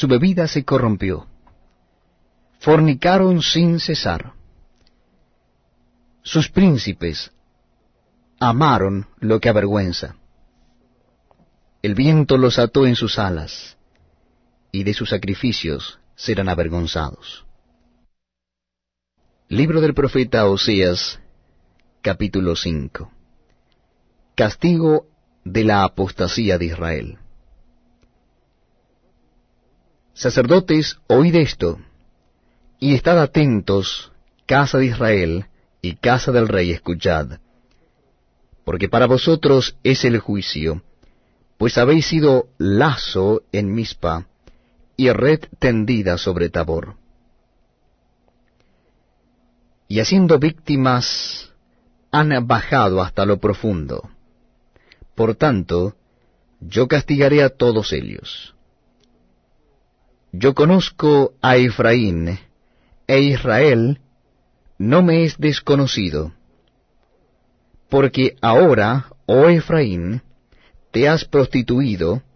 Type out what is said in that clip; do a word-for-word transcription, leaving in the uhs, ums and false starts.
su bebida se corrompió. Fornicaron sin cesar. Sus príncipes amaron lo que avergüenza. El viento los ató en sus alas, y de sus sacrificios serán avergonzados. Libro del profeta Oseas, capítulo cinco. Castigo de la apostasía de Israel. Sacerdotes, oíd esto, y estad atentos, casa de Israel y casa del rey, escuchad, porque para vosotros es el juicio, pues habéis sido lazo en Mizpa y red tendida sobre Tabor. Y haciendo víctimas han bajado hasta lo profundo. Por tanto, yo castigaré a todos ellos. Yo conozco a Efraín, e Israel no me es desconocido. Porque ahora, oh Efraín, te has prostituido,